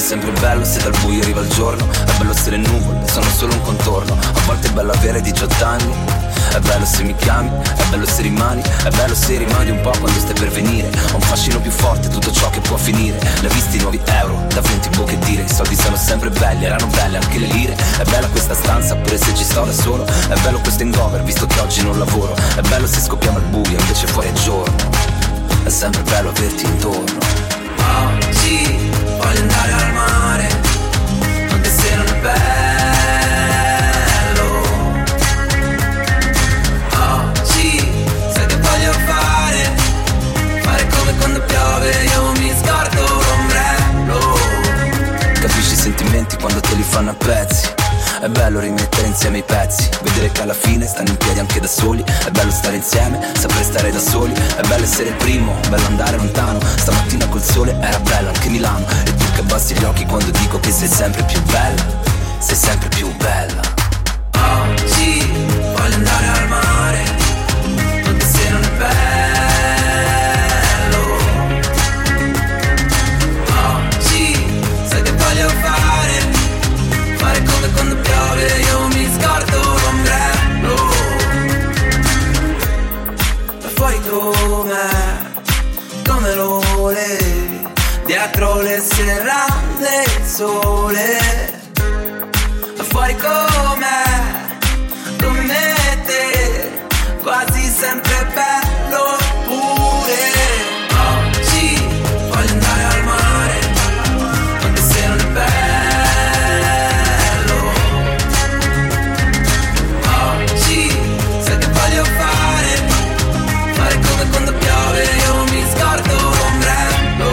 sempre bello se dal buio arriva il giorno. È bello se le nuvole sono solo un contorno. A volte è bello avere 18 anni. È bello se mi chiami, è bello se rimani. È bello se rimani un po' quando stai per venire. Ho un fascino più forte, tutto ciò che può finire. L'hai visti i nuovi euro, da 20 bocche dire. I soldi sono sempre belli, erano belle anche le lire. È bella questa stanza, pure se ci sto da solo. È bello questo hangover, visto che oggi non lavoro. È bello se scoppiamo al buio, invece fuori è giorno. È sempre bello averti intorno. Oggi voglio andare al mare, anche se non è bello. Oggi sai che voglio fare come quando piove, io mi scordo l'ombrello. Capisci i sentimenti quando te li fanno a pezzi. È bello rimettere insieme i pezzi, vedere che alla fine stanno in piedi anche da soli. È bello stare insieme, saper stare da soli. È bello essere il primo, bello andare lontano. Stamattina col sole era bello anche Milano. E tu che abbassi gli occhi quando dico che sei sempre più bella. Sei sempre più bella. Oggi voglio andare al mare, anche se non è bello. Oggi sai che voglio fare come quando piove, io mi scordo l'ombrello. E fuori come lo volevi, dietro le serrande il sole. E fuori come te, quasi sempre bello pure. Oggi voglio andare al mare, anche se non è bello. Quando piove io mi scordo l'ombrello.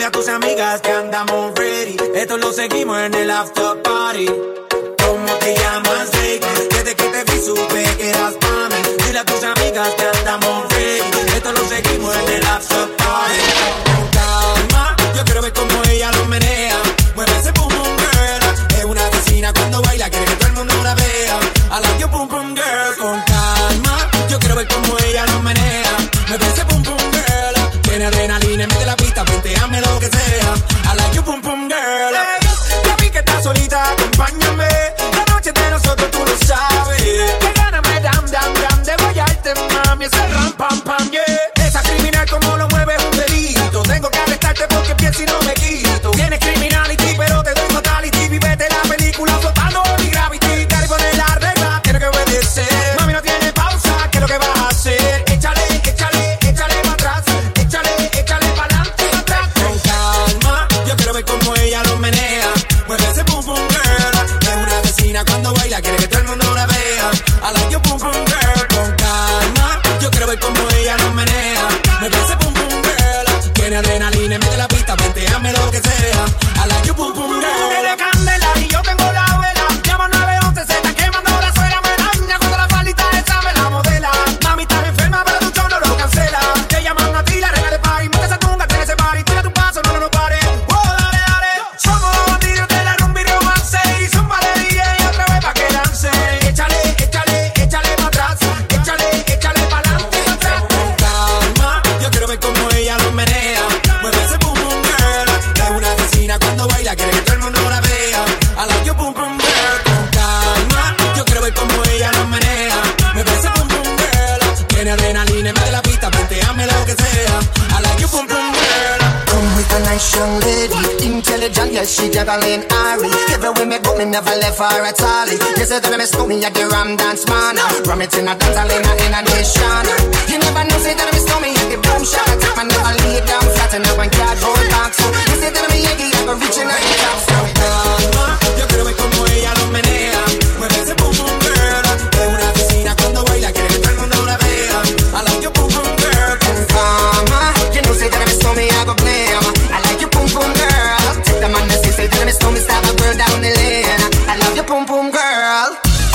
a tus amigas que andamos ready. Esto lo seguimos en el after party. ¿Cómo te llamas, baby? Desde que te vi supe que eras pa' mí. Dile a tus amigas que andamos ready. Esto lo seguimos en el after party. Con calma, yo quiero ver cómo ella lo menea. Mueve ese pum pum girl. Es una asesina cuando baila, quiere que todo el mundo la vea. I like your pum pum girl. Con calma, yo quiero ver cómo ella lo menea. Mueve ese pum pum girl. Tiene adrenalina, mete la pista, planteame lo que sea. I like your pum pum girl. Hey, ya vi que estás solita, acompáñame. La noche de nosotros tú lo sabes. Que gana me dam dam dam de guayarte, mami. Ese ram pam pam, yeah. Esa criminal como lo mueve es un delito. Tengo que arrestarte porque pienso y no me quito. Tienes criminality, pero te doy fatality. Vivete la película flotando mi gravity. Dale poner la regla, tiene que obedecer. Mami no tiene pausa, ¿qué es lo que vas a hacer? Échale, échale, échale para atrás. Échale, échale para adelante y para atrás. Con calma, yo quiero ver cómo ella lo menea. Mueve ese pum pum girl. Es una vecina cuando baila, quiere que todo el mundo la vea. I like your pum pum girl. Con calma, yo quiero ver cómo ella lo menea. Mueve ese pum pum girl. Tiene adrenalina y mete la pista, planteame lo que sea. I like your pum pum girl. Tiene candela y yo tengo la vela. Llama 911, se está quemando la suela. Me daña cuando la faldita esa me la modela. Mami estás enferma pero tu show no lo cancela. Te llaman a ti, la reina de party. Mete esa tunga, tiene ese party. Tira tu paso, no, no, no pare. Oh, dale, dale. Somos tigres de la rumba y romance. Y zumba de DJ otra vez pa' que lance. Échale, échale, échale pa' atrás. Échale, échale pa' adelante y pa' atrás. Con calma, yo quiero ver cómo ella lo menea. Mueve ese pum pum girl. Es una asesina cuando baila, quiere que todo el mundo la vea. I like your pum pum girl. Con calma, yo quiero ver cómo ella lo menea. Mueve ese pum pum girl. Tiene adrenalina, mete la pista, planteame lo que sea. I like your pum pum girl. Come with a nice young lady, intelligent, yes, she juggling Ari. Everywhere me go, me never left her at all. You said that me stole me at the Ram Dance Man. Ram it in a dance, hall in a nation. You never know, say that me stole me at the Boom Shop. I never lay down flat in a one cardboard box. You said that me Yegi, I go reaching out the top. So calma, yo quiero ver cómo ella lo menea. Mueve ese pum pum girl. Es una vecina cuando baila, quiere que todo el mundo la vea. I like your pum pum girl. Mama, you know, say that me stole me, I go blame. I like your pum pum girl. Take the man that say that me stole me, stab a girl down the lane. I love your pum pum girl.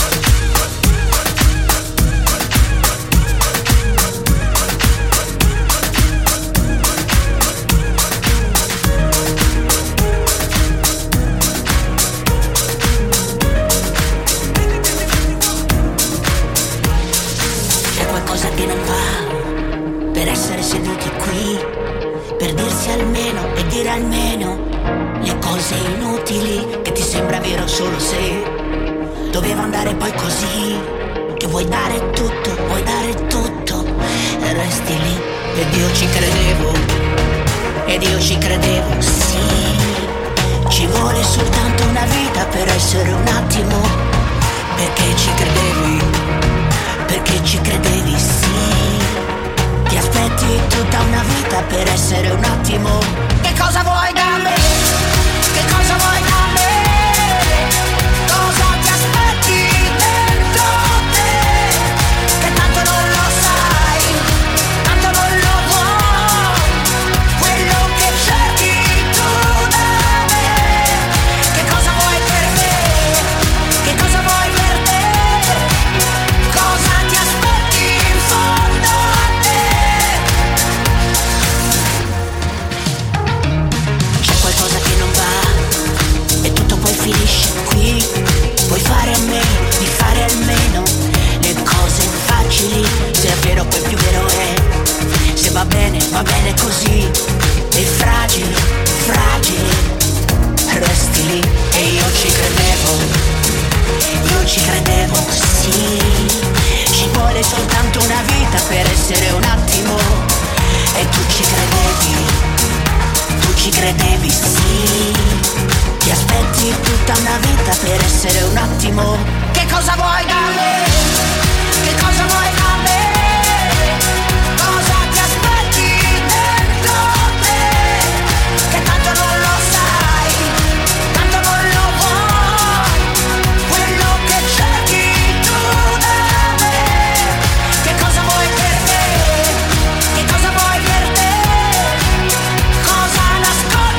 C'è qualcosa che non va per essere seduti qui, per dirsi almeno e dire almeno le cose inutili che ti sembra vero solo se doveva andare poi così, che vuoi dare tutto e resti lì. Ed io ci credevo, sì, ci vuole soltanto una vita per essere un attimo, perché ci credevi, sì. Ti aspetti tutta una vita per essere un attimo. Che cosa vuoi da me? Che cosa vuoi da me? Cosa ti aspetti dentro te? Che tanto non lo sai, tanto non lo vuoi. Quello che cerchi tu da me. Che cosa vuoi per me? Che cosa vuoi per te? Cosa ti aspetti in fondo a te? C'è qualcosa che non va e tutto poi finisce qui. Puoi fare a meno di fare almeno le cose facili. Se è vero poi più vero è. Se va bene così. E fragile, resti lì. E io ci credevo, sì. Ci vuole soltanto una vita per essere un attimo. E tu ci credevi, sì. Ti aspetti tutta una vita per essere un attimo. Che cosa vuoi da me? Che cosa vuoi da me? Cosa ti aspetti dentro te? Che tanto non lo sai, tanto non lo vuoi. Quello che cerchi tu da me. Che cosa vuoi per me? Che cosa vuoi per te? Cosa nascondi?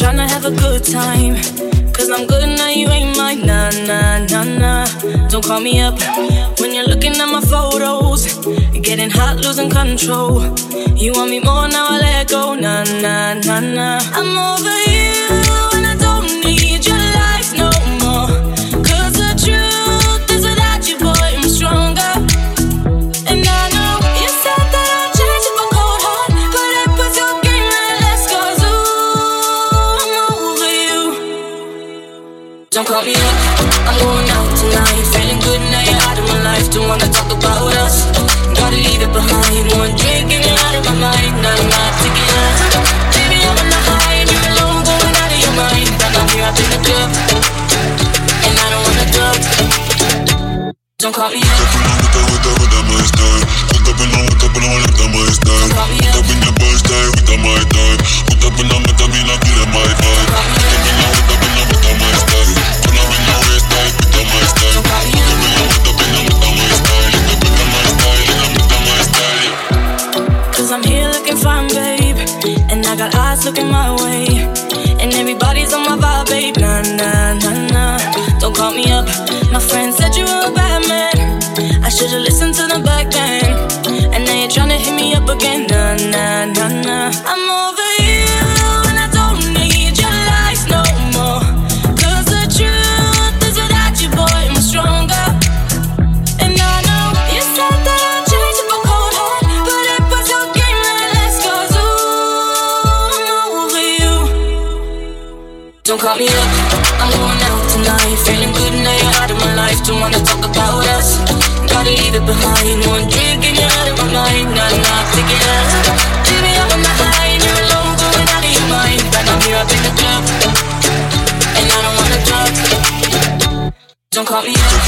tryna have a good time. Cause I'm good now, you ain't mine. Nah, nah, nah, nah. Don't call me up when you're looking at my photos. Getting hot, losing control. You want me more, now I let go. Nah, nah, nah, nah. I'm over you and I don't need your lies no more. Cause the truth is without you, boy, I'm stronger. And I know you said that I'd change if I cold heart, but it puts your game at less. Cause ooh, I'm over you. Don't call me up, I'm going out tonight. Feeling good now you're out of my life. Don't wanna talk about us, gotta leave it behind. One drink and you're out of my mind. Now I'm not taking us. Baby, I'm on the high and you're alone, going out of your mind. And I'm here up in the club, and I don't wanna drop. Don't call me up. I'm here looking fine, babe, and I got eyes looking my way, and everybody's on my vibe, babe. Nah, nah, nah, nah. Don't call me up. My friend said you were a bad man. I should've listened to the back then, and now you're tryna hit me up again. Nah, nah, nah, nah. I'm over you, and I don't need your lies no more. Cause the truth is without you, boy, I'm stronger. And I know you said that I'd change if I cold heart, but it puts your game at less. Cause ooh, I'm over you. Don't call me up, I'm going out tonight. Feeling good now you're out of my life. Don't wanna talk about us, gotta leave it behind. One drink and you're out of my mind. Nah, nah, take it out. Baby, I'm on the high and you're alone, going out of your mind. But I'm here up in the club, and I don't wanna drop. Don't call me up.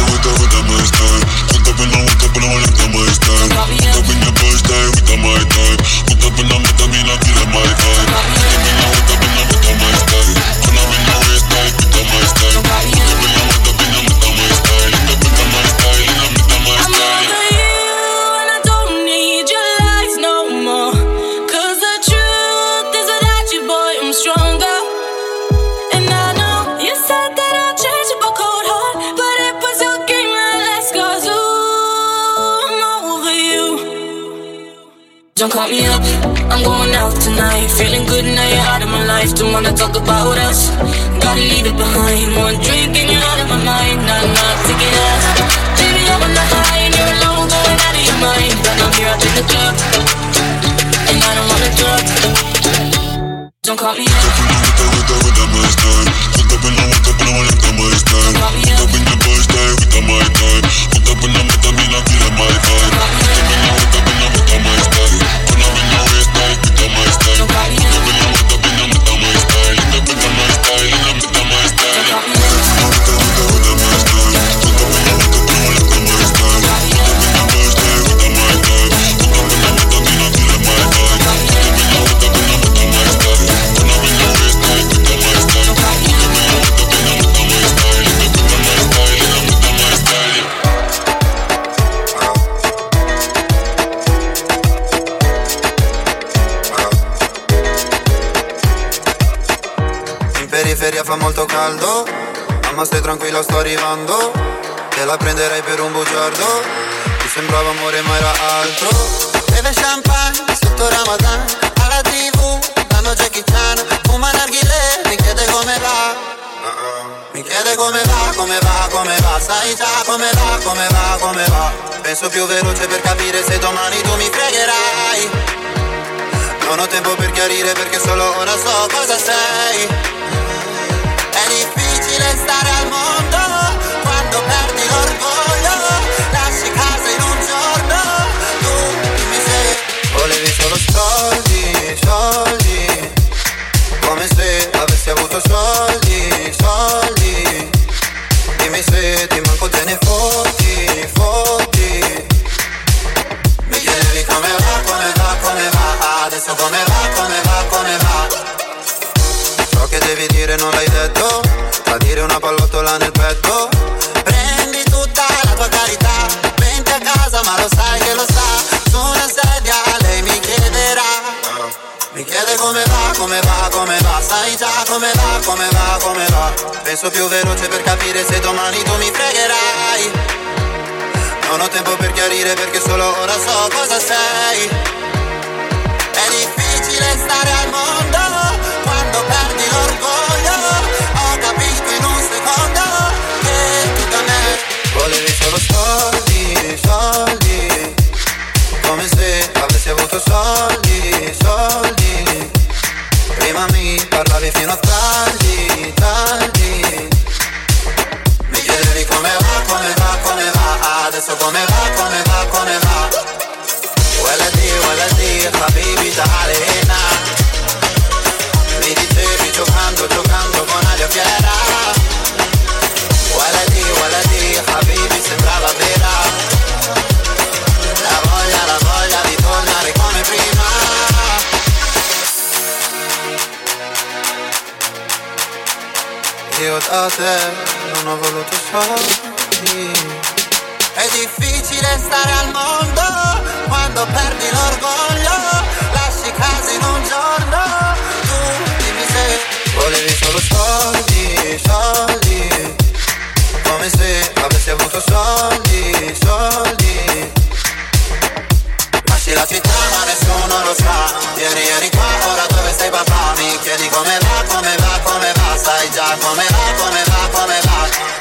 Don't call me up, I'm going out tonight. Feeling good now you're out of my life. Don't wanna talk about us, gotta leave it behind. One drink and you're out of my mind. Nah, nah, take it out. Baby, I'm on the high and you're alone, going out of your mind. But I'm here up in the club, and I don't wanna drop. Don't call me up. Fa molto caldo, mamma stai tranquilla, sto arrivando. Te la prenderei per un bugiardo. Ti sembrava amore ma era altro. Beve champagne sotto Ramadan, alla TV danno Jackie Chan. Fuma narghile, mi chiede come va. Mi chiede come va, come va, come va. Sai già come va, come va, come va. Penso più veloce per capire se domani tu mi fregherai. Non ho tempo per chiarire perché solo ora so cosa sei. È difficile stare al mondo quando perdi l'orgoglio. Lasci casa in un giorno, tu dimmi se volevi solo soldi, soldi. Come se avessi avuto soldi, soldi. Dimmi se ti manco te ne fotti, fotti. Mi chiedevi come va, come va, come va. Adesso come va, come va, come va. Ciò che devi dire non l'hai detto, a dire una pallottola nel petto. Prendi tutta la tua carità, venti a casa ma lo sai che lo sa. Su una sedia lei mi chiederà chiede come va, come va, come va. Sai già come va, come va, come va. Penso più veloce per capire se domani tu mi fregherai. Non ho tempo per chiarire perché solo ora so cosa sei. È difficile stare al mondo quando perdi l'orgoglio. Ho capito in un secondo che tu da me volevi solo soldi, soldi. Come se avessi avuto soldi, soldi. Prima mi parlavi fino a tardi, tardi. Mi chiedevi come va, come va, come va. Adesso come va, come va, come va. Waladi, habibi ta'alena. Mi dicevi giocando, giocando con aria fiera. Waladi, habibi sembrava vera. La voglia di tornare come prima. Io da te non ho voluto soldi. È difficile stare al mondo quando perdi l'orgoglio. Lasci casa in un giorno. Tu dimmi se volevi solo soldi, soldi. Come se avessi avuto soldi, soldi. Lasci la città ma nessuno lo sa. Ieri qua, ora dove stai papà? Mi chiedi come va, come va, come va. Sai già come va, come va, come va.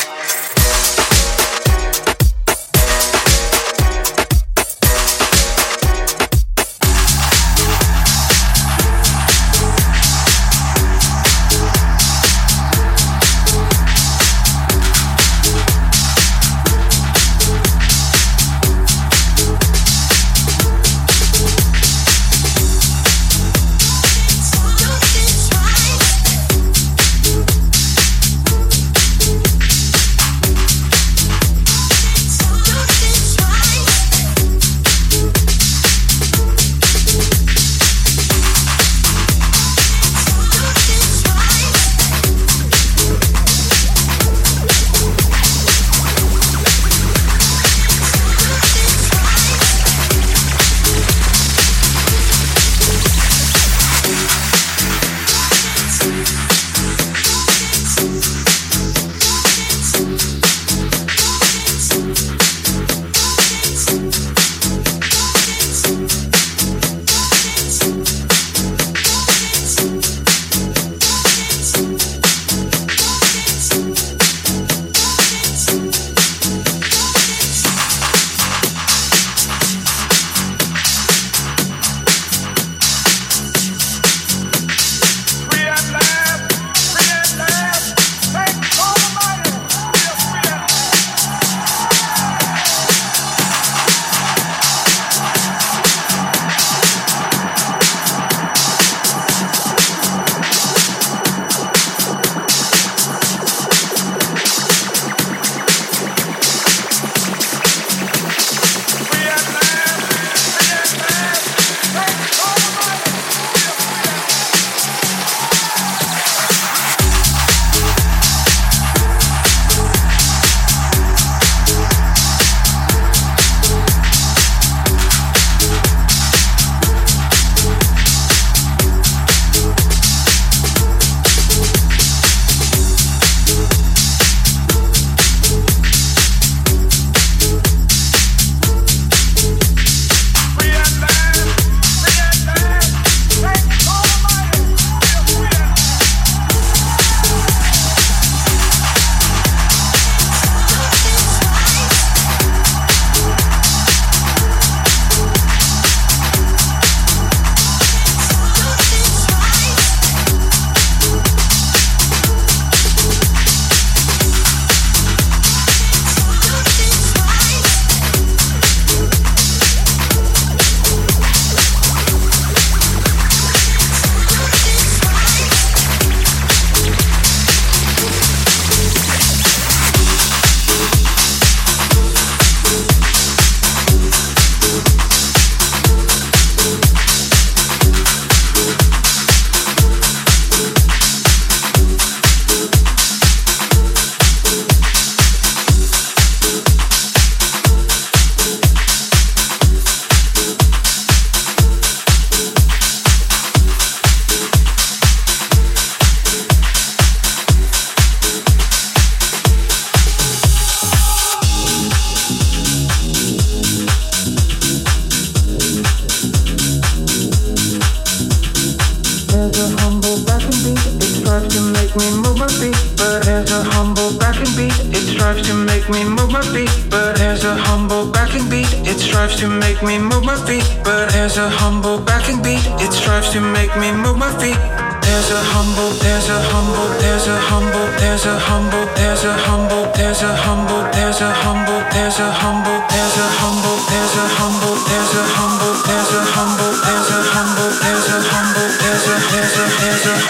to make me move my feet, but there's a humble backing beat. It strives to make me move my feet, but there's a humble backing beat. It strives to make me move my feet. There's a humble, there's a humble, there's a humble, there's a humble, there's a humble, there's a humble, there's a humble, there's a humble, there's a humble, there's a humble, there's a humble, there's a humble, there's a humble, there's a humble, there's a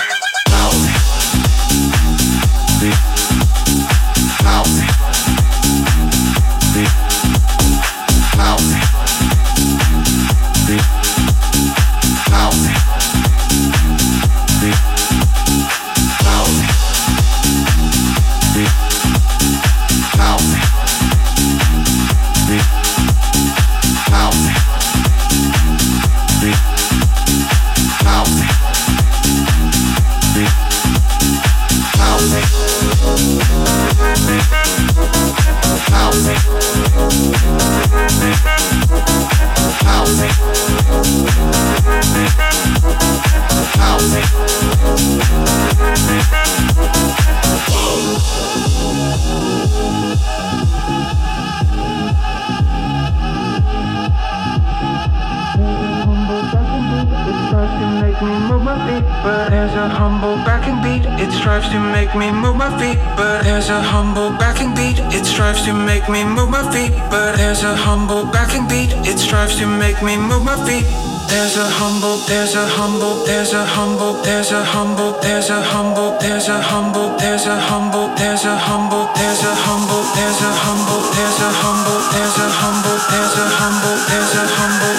to make me move my feet, but there's a humble backing beat. It strives to make me move my feet, but there's a humble backing beat. It strives to make me move my feet. There's a humble, there's a humble, there's a humble, there's a humble, there's a humble, there's a humble, there's a humble, there's a humble, there's a humble, there's a humble, there's a humble, there's a humble, there's a humble, there's a humble,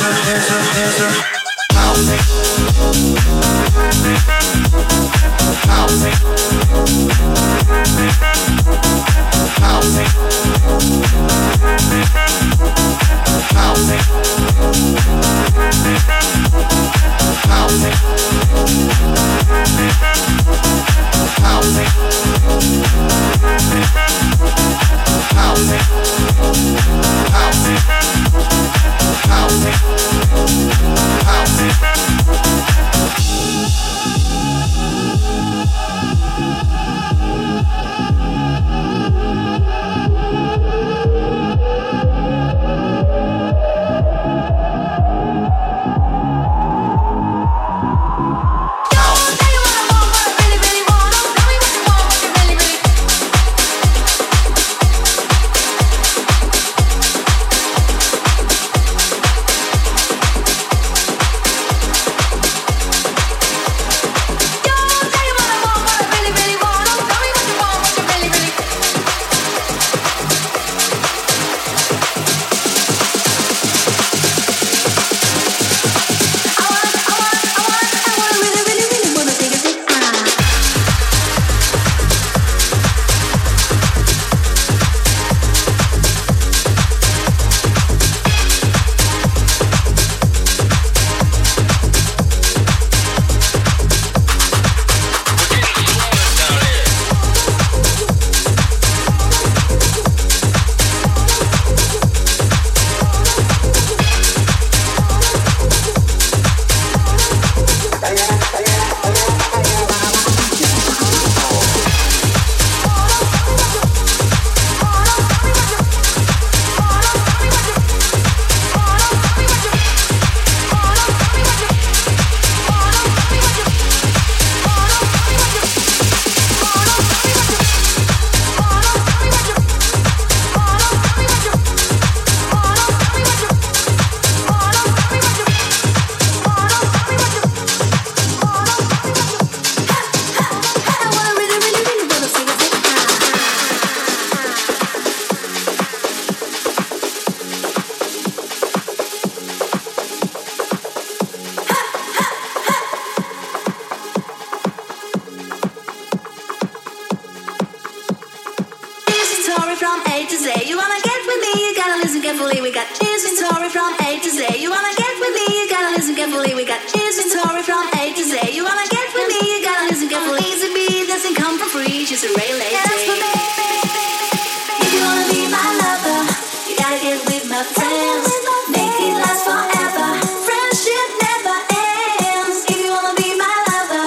there's a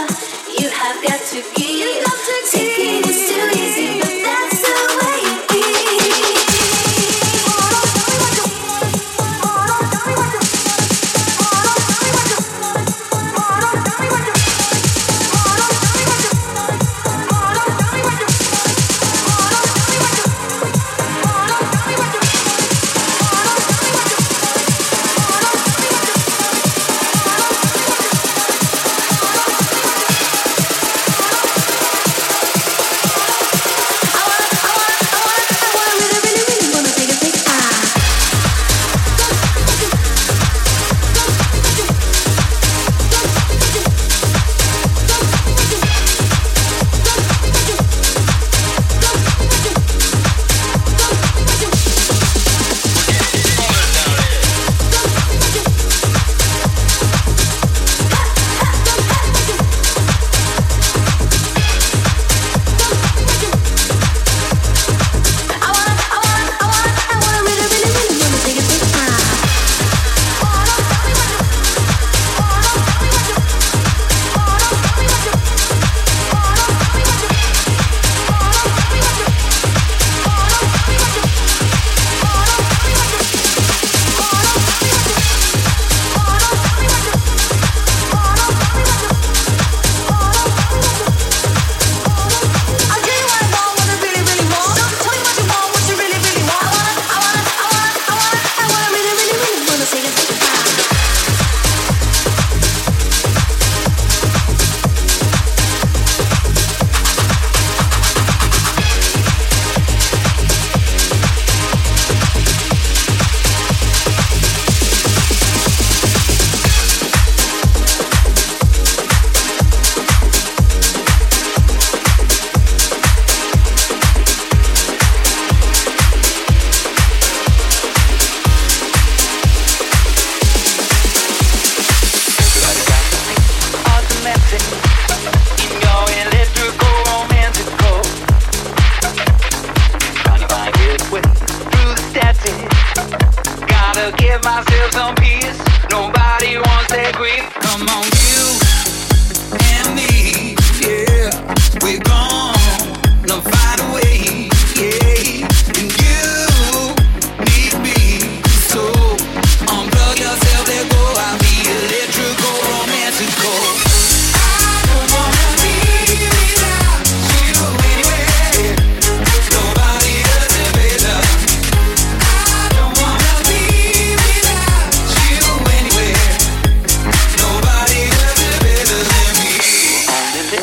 Taking it too easy, but that's the way it is.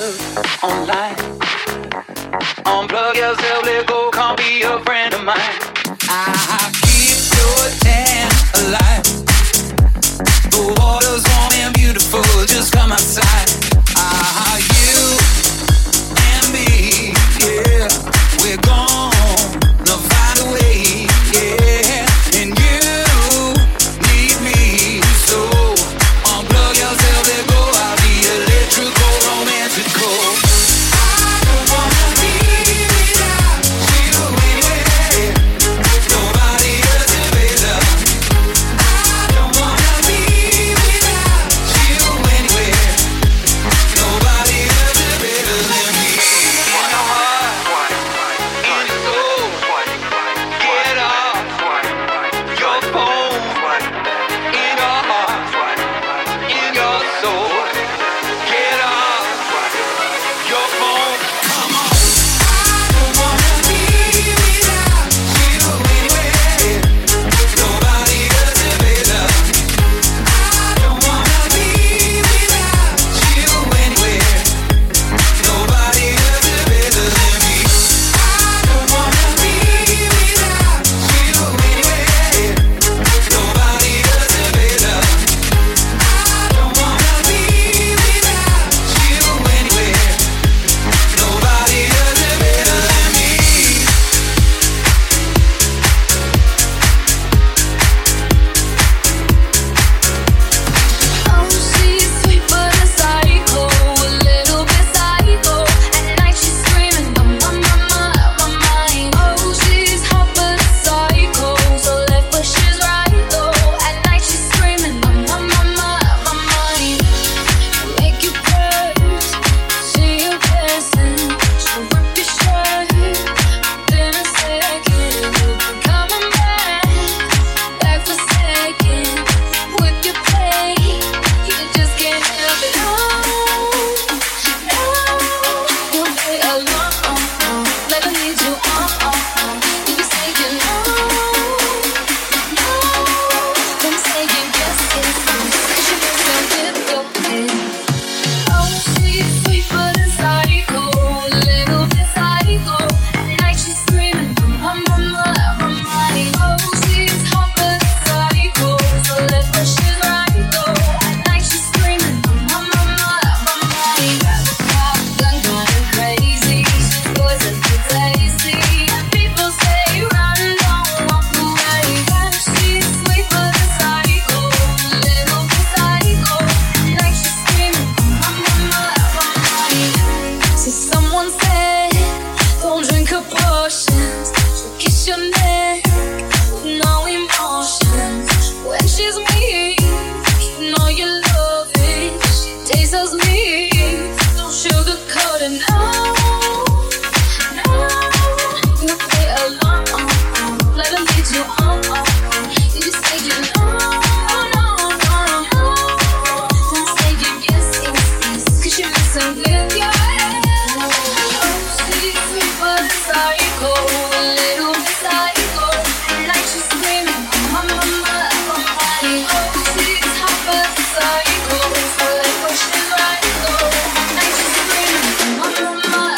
online. Unplug yourself, let go, can't be a friend of mine. I keep your tan alive. The water's warm and beautiful, just come outside. You and me, yeah, we're gonna find a way, yeah. And you need me, so unplug yourself, let go. I'll be electrical, romantical. I don't wanna be without you anyway. Nobody else is better. I don't wanna be without you anyway. Nobody else is better than me. In your heart, in your soul, get off your phone. In your heart, in your soul, get off your phone. Come on. I don't wanna be without you anyway. Nobody else is better. I don't wanna be without you anyway. Nobody else is better than me. I don't wanna be without you anyway. Nobody else is better. I don't wanna be without you anyway. Nobody else is better than me. Oh, she's sweet but a psycho, a little bit psycho. At night she's screaming, my mind. Oh, she's hot but a psycho, so left but she's right though. At night she's screaming, my mind. Make you curse, see you dancing. She'll rip your shirt, then a second you'll be coming back for second. With your play, you just can't help it. You play along, let her lead you on. You say you know, then say you yes, yes. She makes them with your head. Oh, she's sweet but a psycho, a little bit psycho. At night she's screaming, my mind. Oh, she's hot but a psycho, so left but she's right though. At night she's screaming, my mind. Gun kinda crazy, she's poison too tasty. People say run, don't walk away. She's sweet but a psycho, a little bit psycho. At night she's screaming, my mind. See, someone said, don't drink her potions. She'll kiss your neck with no emotions. When she's weak, you know you love it. She tastes me, don't sugarcoat it, no. You play along, let her lead you on. You just say you know, then say you yes, 'cause you're messing with your head. Oh, she's sweet but a psycho, a little bit psycho. At night she's screaming, my mind. Oh, she's hot but a psycho, so left but she's right though. At night she's screaming, my mind.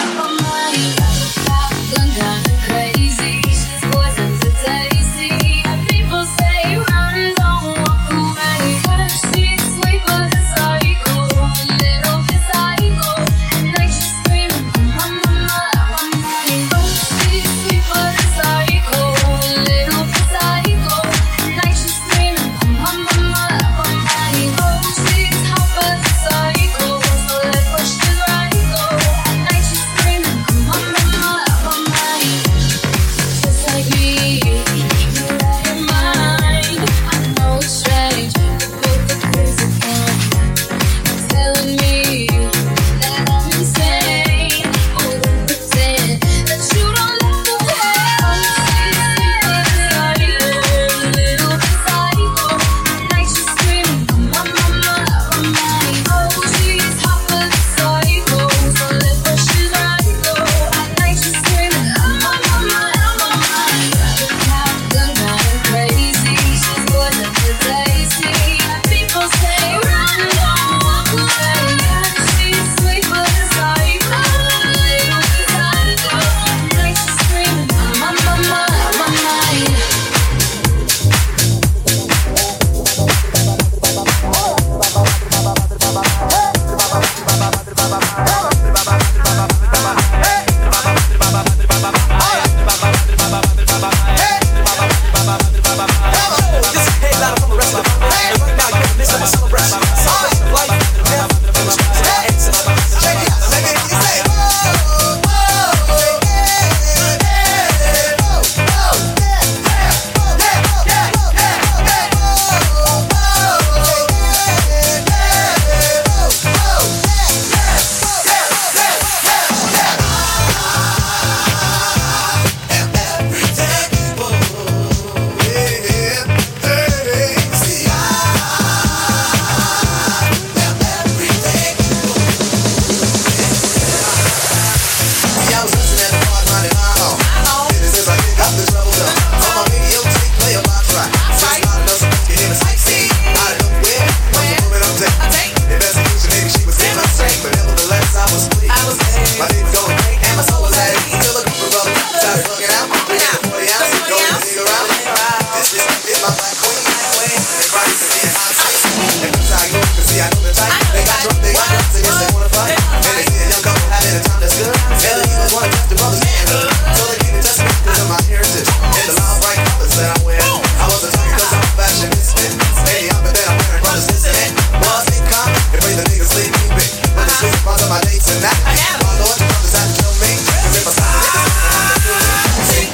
My day's going great and my soul is at ease. Till a group of brothers started looking out. We get the 40 ounce, going to dig around. This is my black queen. Everybody can see how it's sweet. And that's how you can see I know the type. They got drunk, they guess they wanna fight. And they see a young couple having a time that's good. And the Eagles wanna touch the brothers' manhood. So they came to touch me because of my heritage. And the loud bright colors that I wear. I wasn't talking cause I'm a fashionista. Hey, I'm a I'm wearing brothers listening. Well, I stay calm and bring the niggas sleep me big. When the streets are on my day tonight. My Lord, the brothers have to kill me. Cause if I stop the niggas, I'm gonna do it. Sing,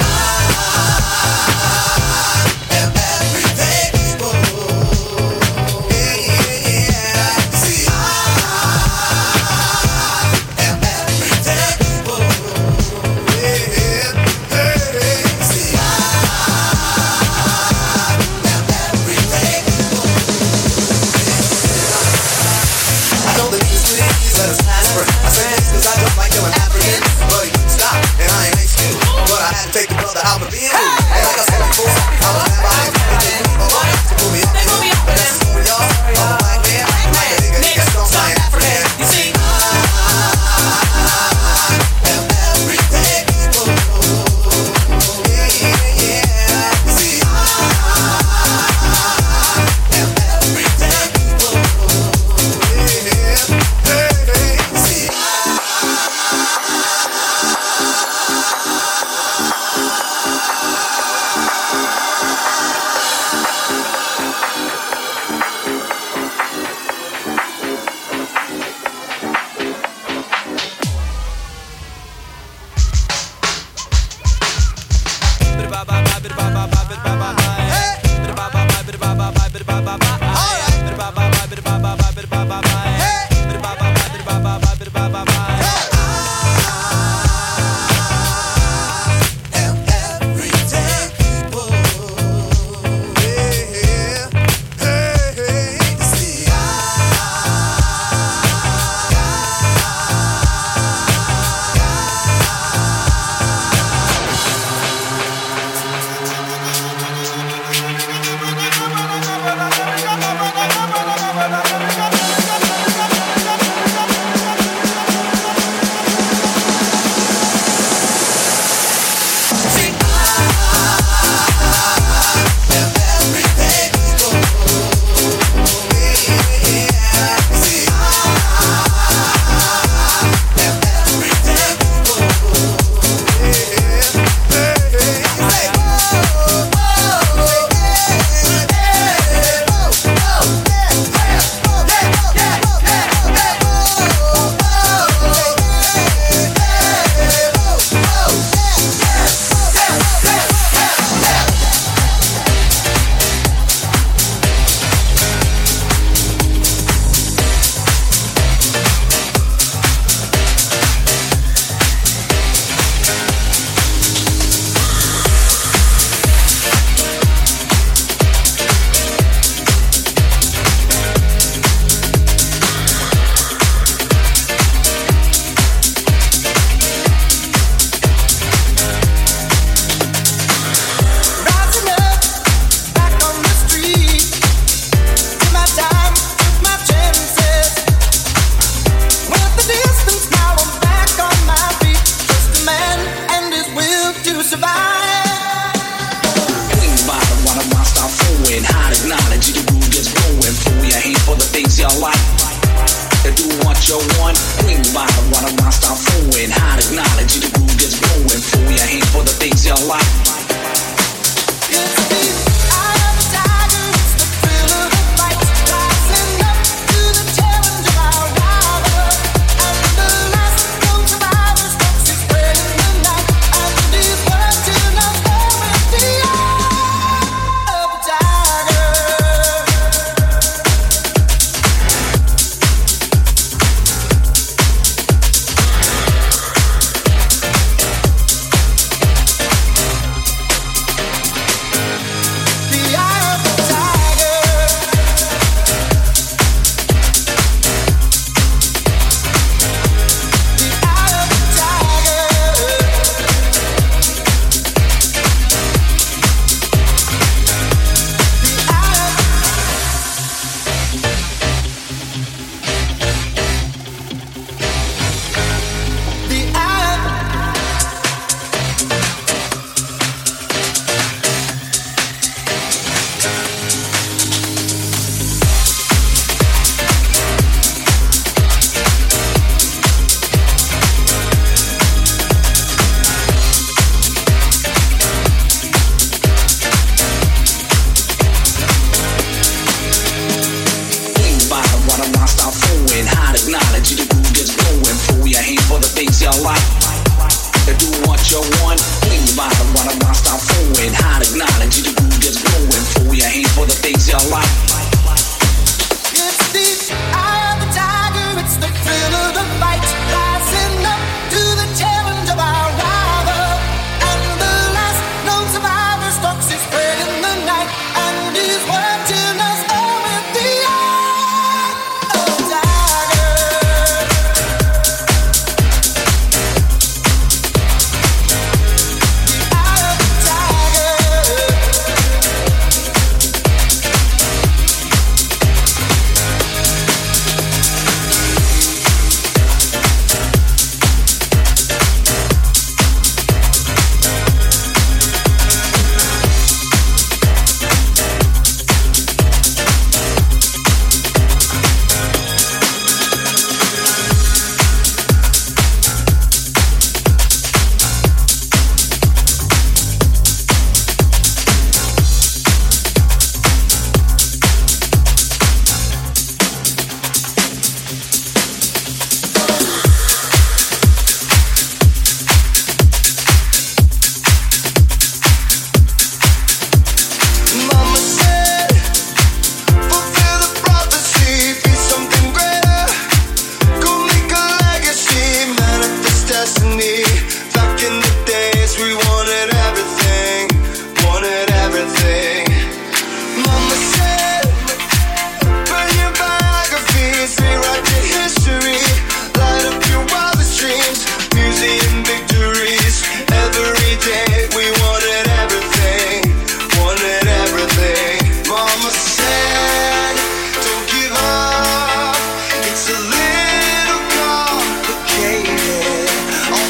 take the brother out of being rude. And like I said before, I was mad by it. They just to pull me up in it. But that's who we are. I'm a black man. Like a nigga, niggas don't fly African. You see, everyday people. Yeah, yeah, yeah. You see, everyday people. Yeah, hey, hey. You see,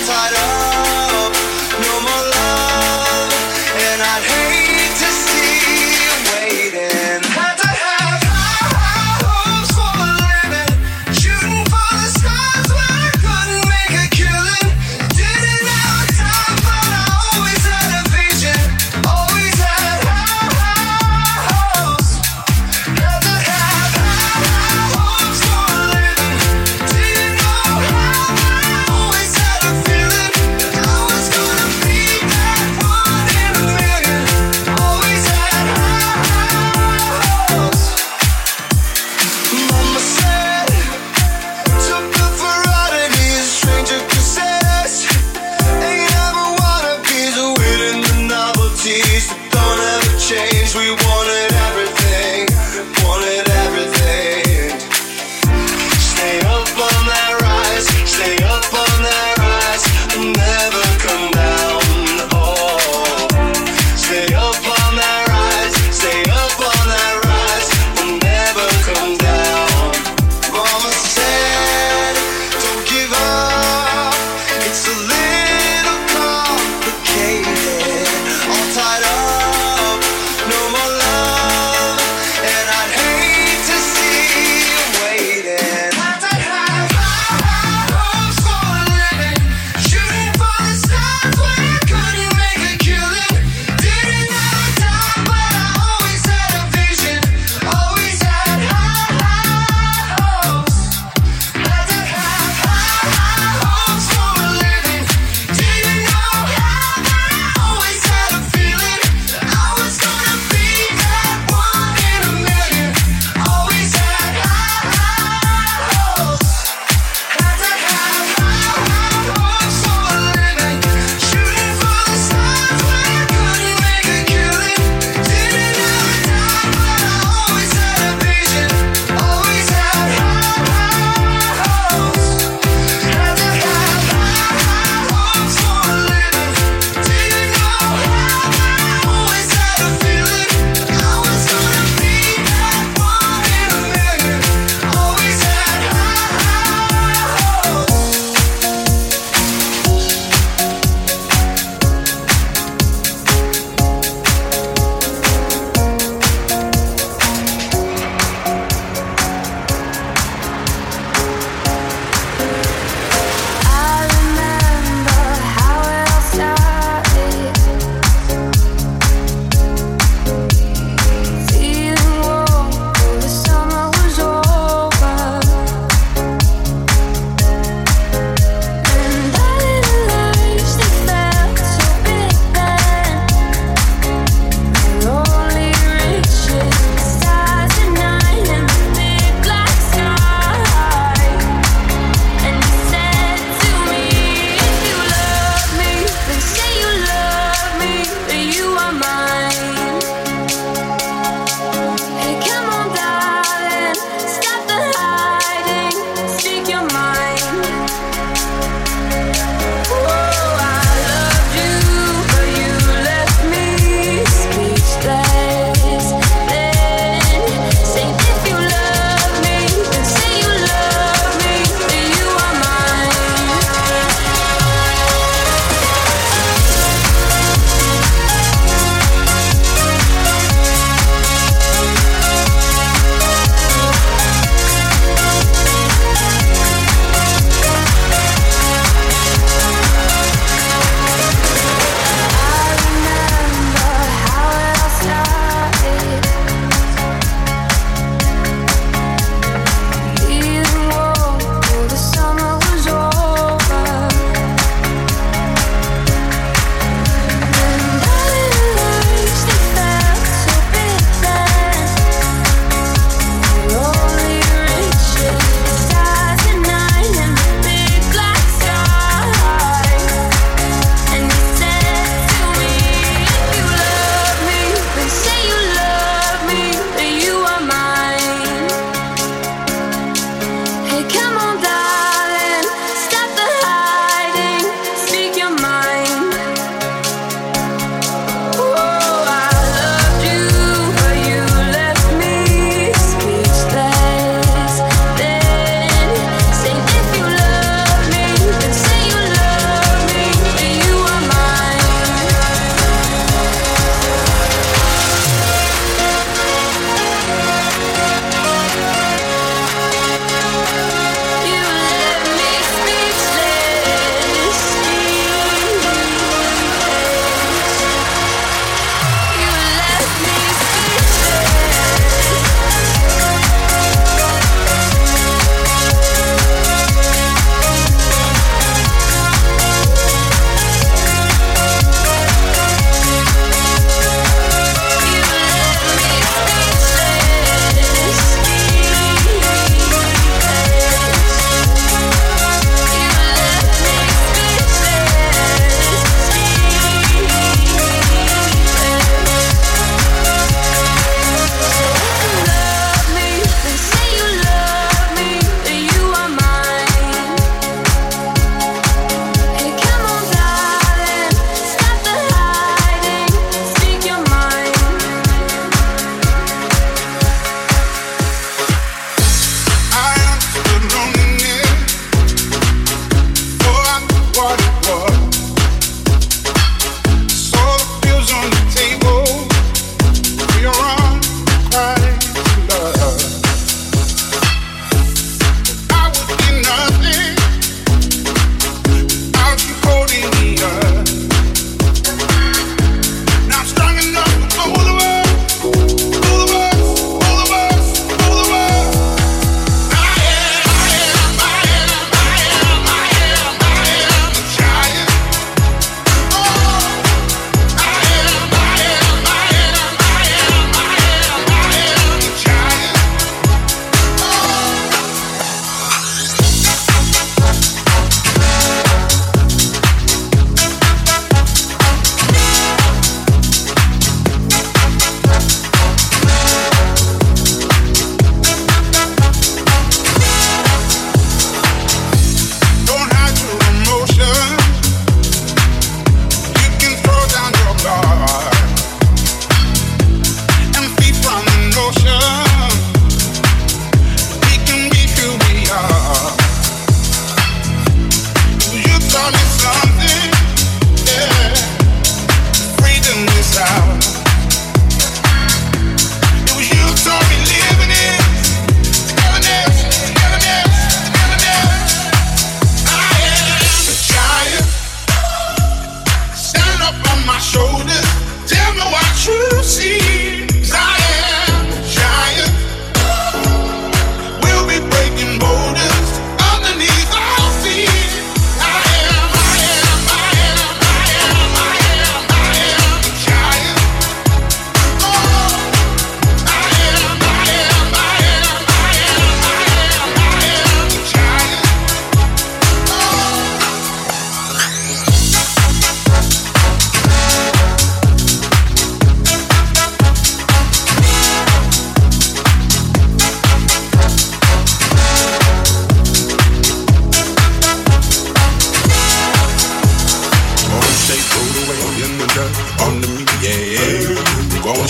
tied up, no more love, and I'd hate to see you waiting. Had to have high hopes for a living, shooting for the stars when I couldn't make a killing. Didn't have time, but I always had a vision, always had high hopes. Had to have high hopes for a living, didn't know how, but I always had a feeling.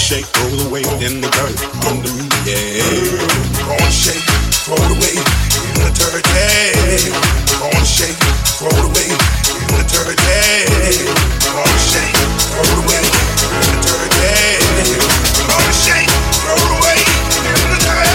shake, roll away in the dirt under me, yeah. Gonna shake, throw it away in the dirt, yeah. Gonna shake, throw it away in the dirt, yeah. Gonna shake, throw it away in the dirt, yeah. Gonna shake, throw it away in the dirt.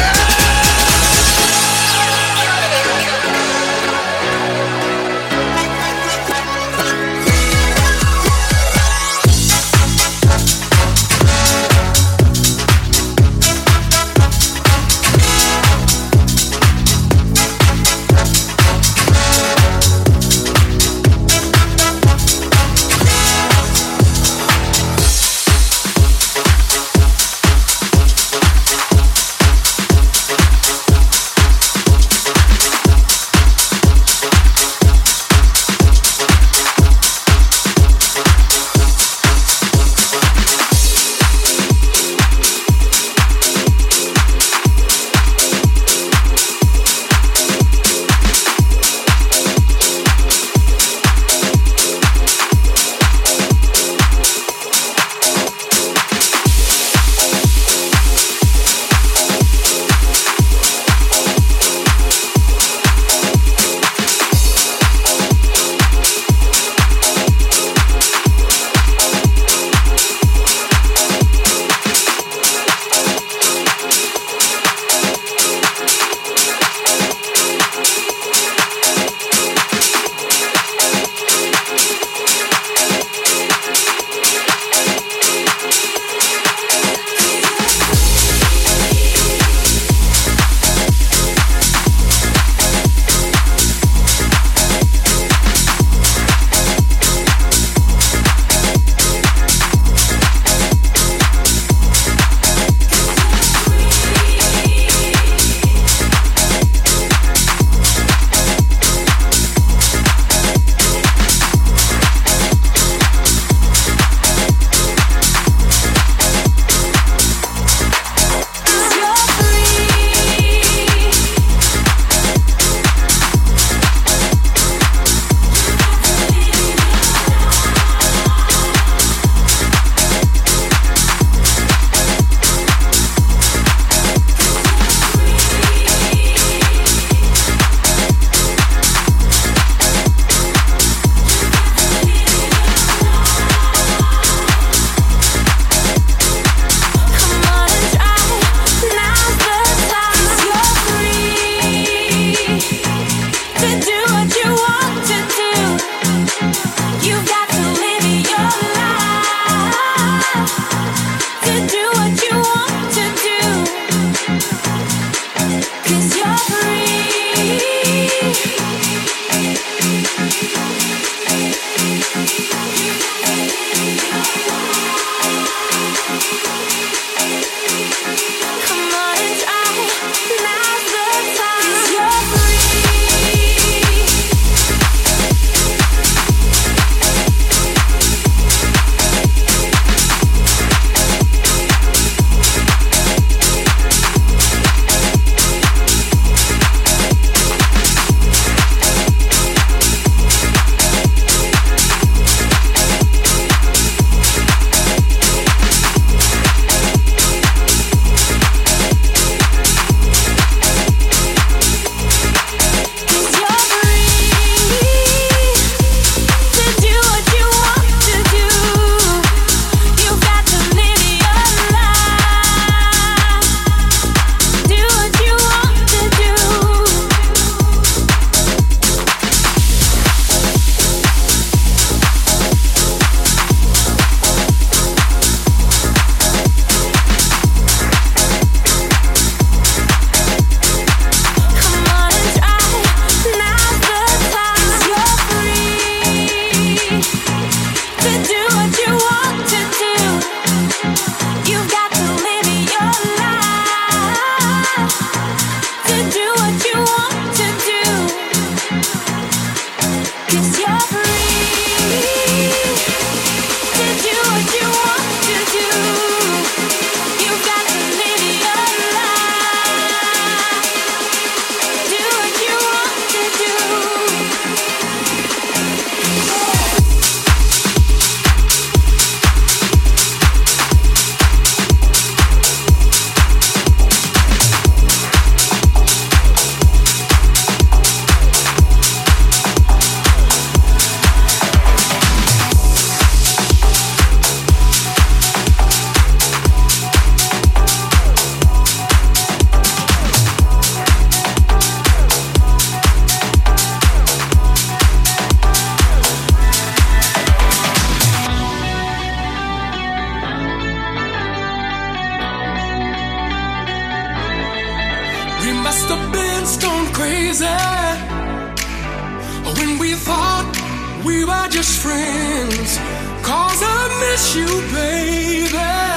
we were just friends. 'Cause I miss you, baby,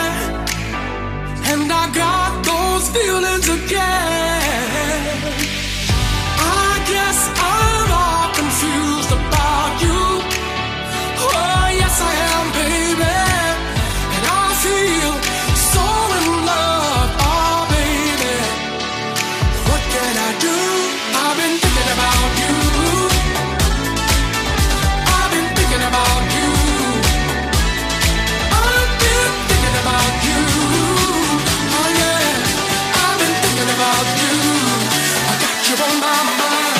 and I got those feelings again. I guess I'm all confused about you. Oh, yes I am, baby, and I feel so in love, oh baby. What can I do? I've been thinking about you. I've been thinking about you. I've been thinking about you. Oh yeah, I've been thinking about you. I got you on my mind.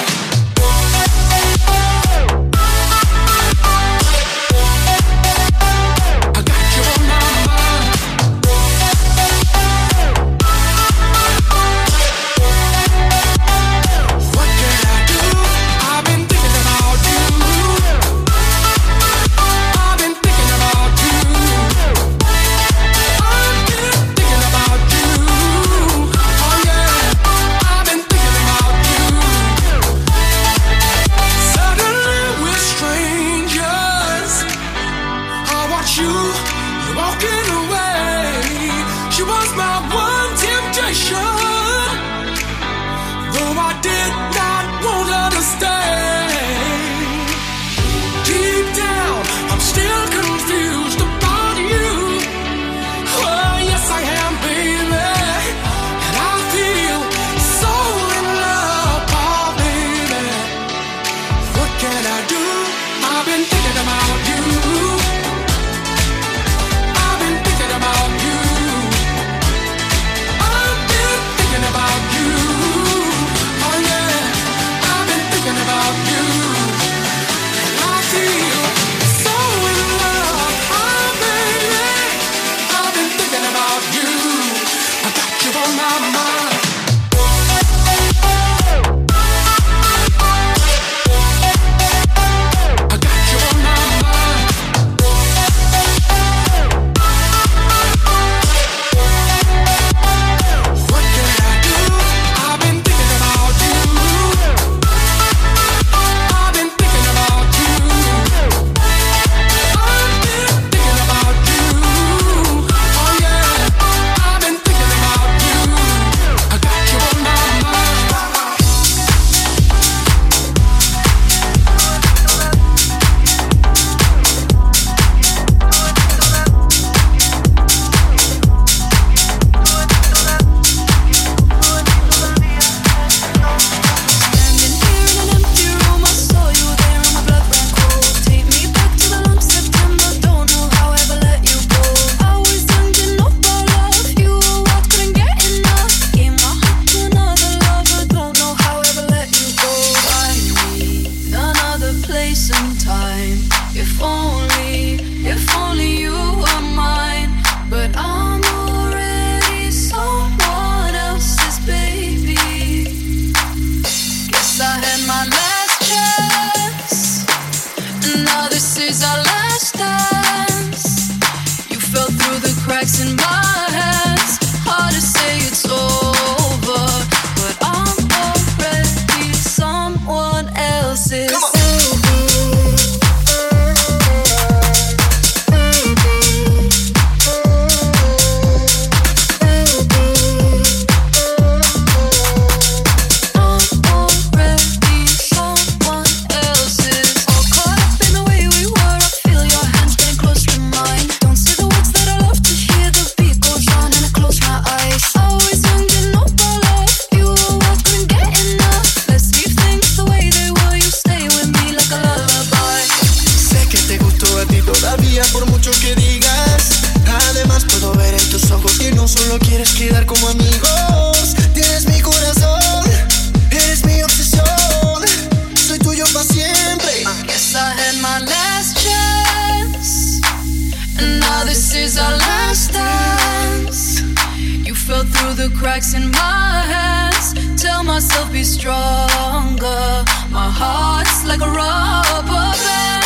Cracks in my hands, tell myself be stronger. My heart's like a rubber band.